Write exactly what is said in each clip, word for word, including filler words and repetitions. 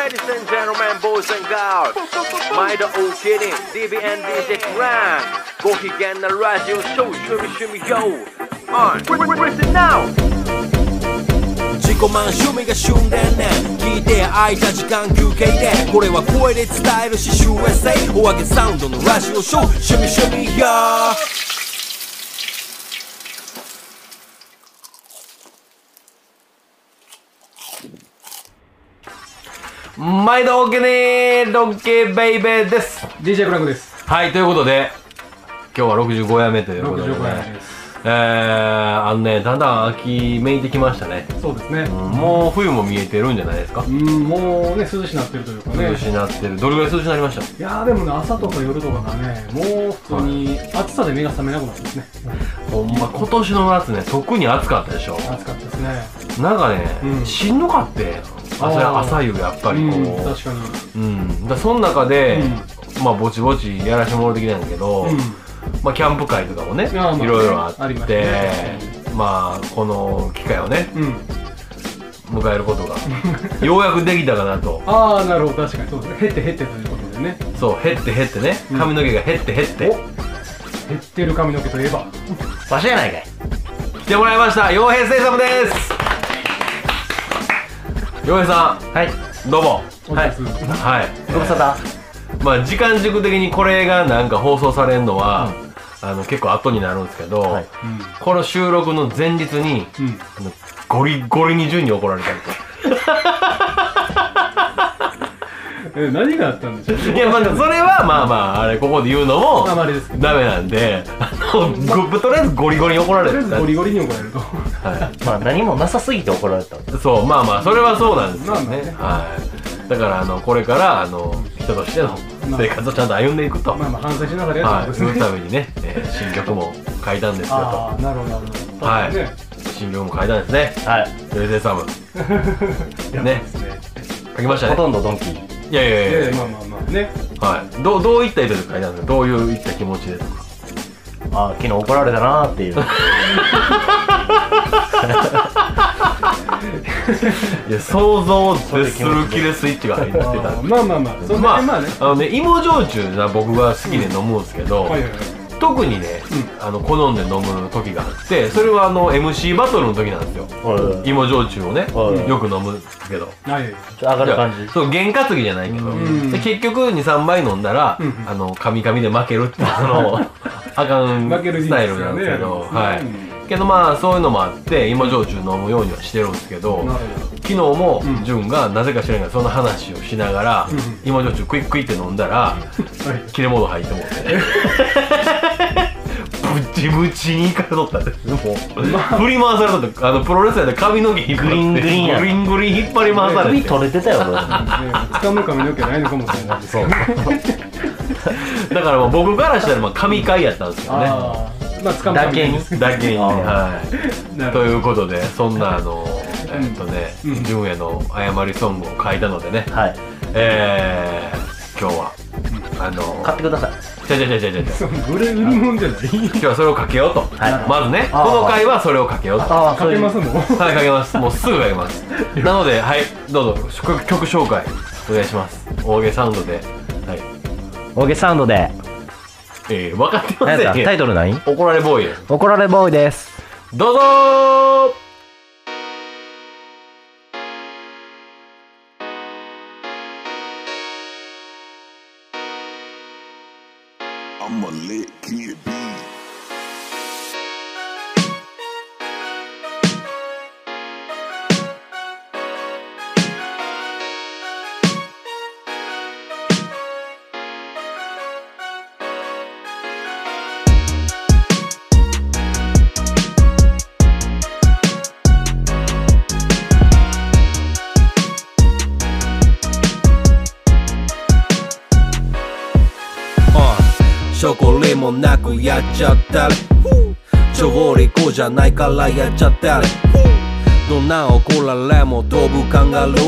Ladies and gentlemen, boys and girls 毎度お気に ディービーエヌ ディージェー クランご機嫌なラジオショー趣味趣味 YO On Listen now 自己満趣味が旬でね聞いて空いた時間休憩でこれは声で伝えるし集エッセイお揚げサウンドのラジオショー趣味趣味 YO毎度おけねドッケーベイベーです。 ディージェー クランクです。 はい、ということで今日はろくじゅうご夜目ということで、ね、 ろくじゅうご夜目です。 えー、あのね、だんだん秋めいてきましたね。 そうですね、うん、 もう冬も見えてるんじゃないですか。 うん、もうね、涼しになってるというかね。 涼しになってる。どれぐらい涼しになりました？ いやーでもね、朝とか夜とかがね、もう普通に暑さで目が覚めなくなってますね。 ほんま、今年の夏ね、特に暑かったでしょ。 暑かったですね。 なんかね、うん、しんどかって朝、朝夕やっぱりこう、 うん、確かに。 うん、だその中で、うん、まあぼちぼちやらせてもらってきたんだけど、うん、まあキャンプ会とかもね、いろいろあって、ね、まあこの機会をね、うん、迎えることがようやくできたかなと。 ああ、なるほど、確かにそうですね。減って減ってということでね。 そう、減って減ってね、髪の毛が減って減って、うん、減ってる髪の毛といえばわしやないかい。来てもらいました、洋平聖様です。洋平さん、 はい、 どうも。 はい、 はい、 ご無沙汰。 まあ時間軸的にこれがなんか放送されるのは、うん、あの結構後になるんですけど、はい、うん、この収録の前日に、うん、あのゴリゴリに順に怒られたりと。 え、何があったんでしょう。 いや、まあそれはまあまああれここで言うのもダメなんで、あのとりあえずゴリゴリに怒られる。 とりあえずゴリゴリに怒られると。 はい。まあ何もなさすぎて怒られた。 そう、まあまあそれはそうなんですよね。はい。だからあのこれからあの人としての生活をちゃんと歩んでいくと。 まあまあ反省しながらやってますね。 はい。そのためにね、新曲も書いたんですよと。 ああ、なるほどなるほど。 はい。新曲も書いたんですね。はい。レイゼサム。ね。書きましたね。 ほとんどドンキー。 いやいやいやいや、 まあまあまあね。 はい。どうどういった意図で書いたんですか。どういういった気持ちでとか。 ああ、昨日怒られたなーっていう。 いや、想像を絶するキレスイッチが入ってた。 まあまあまあ、そんなにまあね。 あのね、芋焼酎な僕が好きで飲むんですけど。特にね、うん、あの好んで飲む時があって、それはあの エムシー バトルの時なんですよ。芋焼酎をね、よく飲むけど、 はい、ちょっと上がる感じ。 そう、験担ぎじゃないけど、で結局にさんばい飲んだら、うん、あのカミカミで負けるっていうそのあかんスタイルなんですけど、はい。けどまあそういうのもあって芋焼酎飲むようにはしてるんですけど、昨日も潤がなぜか知らないけどその話をしながら芋焼酎クイックイって飲んだら切れモード入ってもってブチブチにいかれとったんです。もう振り回されとって、あのプロレスラーで髪の毛引っ張ってグリングリンやグリングリン引っ張り回されて首取れてたよ。 掴む髪の毛ないのかもしれないですけど。 だからもう僕からしたらまあ神回やったんですよね。 まあ掴むだけにだけに、はい。ということでそんなあのえっとね潤への謝りソングを書いたのでね、はい、えー、今日はあの買ってください。 じゃじゃじゃじゃじゃじゃ売れ売り物じゃない。 今日はそれをかけようと、はい、まずねこの回はそれをかけようと。 ああ、かけますもん。 はい、かけます。もうすぐかけます。なので、はい、どうぞ曲紹介お願いします。大げサウンドで、はい、 大げサウンドで、 えー、分かってません。 タイトル何？ 怒られボーイ。 怒られボーイです。 どうぞー。 I'm a lit kid B. Uh. チョコレもなくやっちゃったり調理子じゃないからやっちゃったりどんな怒られも飛ぶカンガルー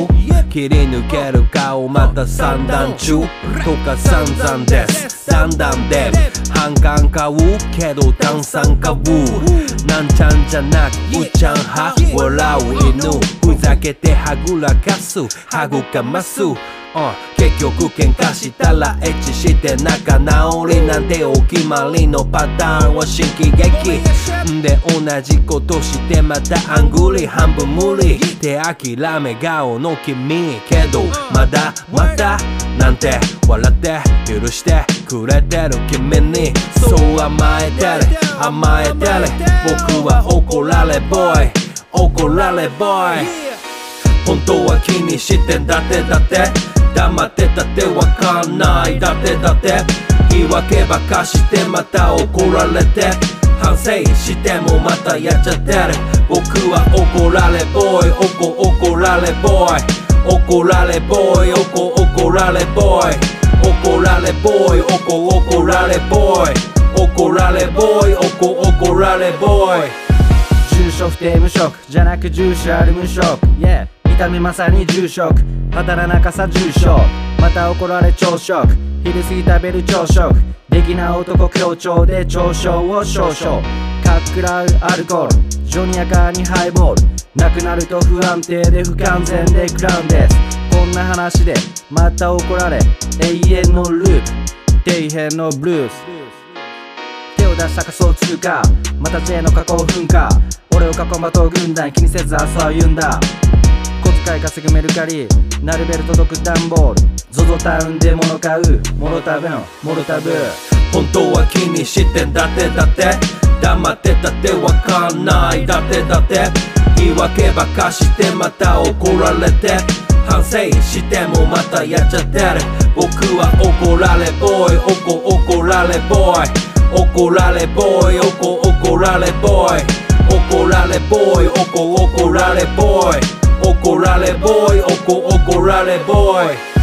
切り抜ける顔また三段中とか散々ですだんだんで反感買うけど炭酸買うなんちゃんじゃなくうっちゃんは笑う犬ふざけてはぐらかすはぐかますUh, 結局喧嘩したらエッチして仲直りなんてお決まりのパターンは新喜劇で同じことしてまたアングリ半分無理って諦め顔の君けどまだまだなんて笑って許してくれてる君にそう甘えてる甘えてる僕は怒られボーイ怒られボーイ本当は気にしてんだってだって黙ってたってわかんないだってだって言い訳ばかしてまた怒られて反省してもまたやっちゃってる僕は怒られボーイ怒怒られボーイ怒られボーイ怒怒られボーイ怒られボーイ怒怒られボーイ怒られボーイ怒怒られボーイ住所不定無職じゃなく住所ある無職 Yeah見た目まさに住職働なかさ住所また怒られ朝食昼過ぎ食べる朝食出来な男強調で朝食を少々かっくらうアルコールジョニアカーにハイボールなくなると不安定で不完全でクラウンですこんな話でまた怒られ永遠のループ底辺のブルース手を出した仮想通貨また J の加工噴火俺を囲まと軍団気にせず朝を言うんだ小遣い稼ぐメルカリなるべる届くダンボール ゾゾ タウンで物買うモロタブのモロタブ本当は気にしてんだってだって黙ってたってわかんないだってだって言い訳ばかしてまた怒られて反省してもまたやっちゃってる僕は怒られボーイ怒怒られボーイ怒られボーイ怒怒られボーイ怒られボーイ怒怒られボーイ怒られボーイ怒怒られボーイ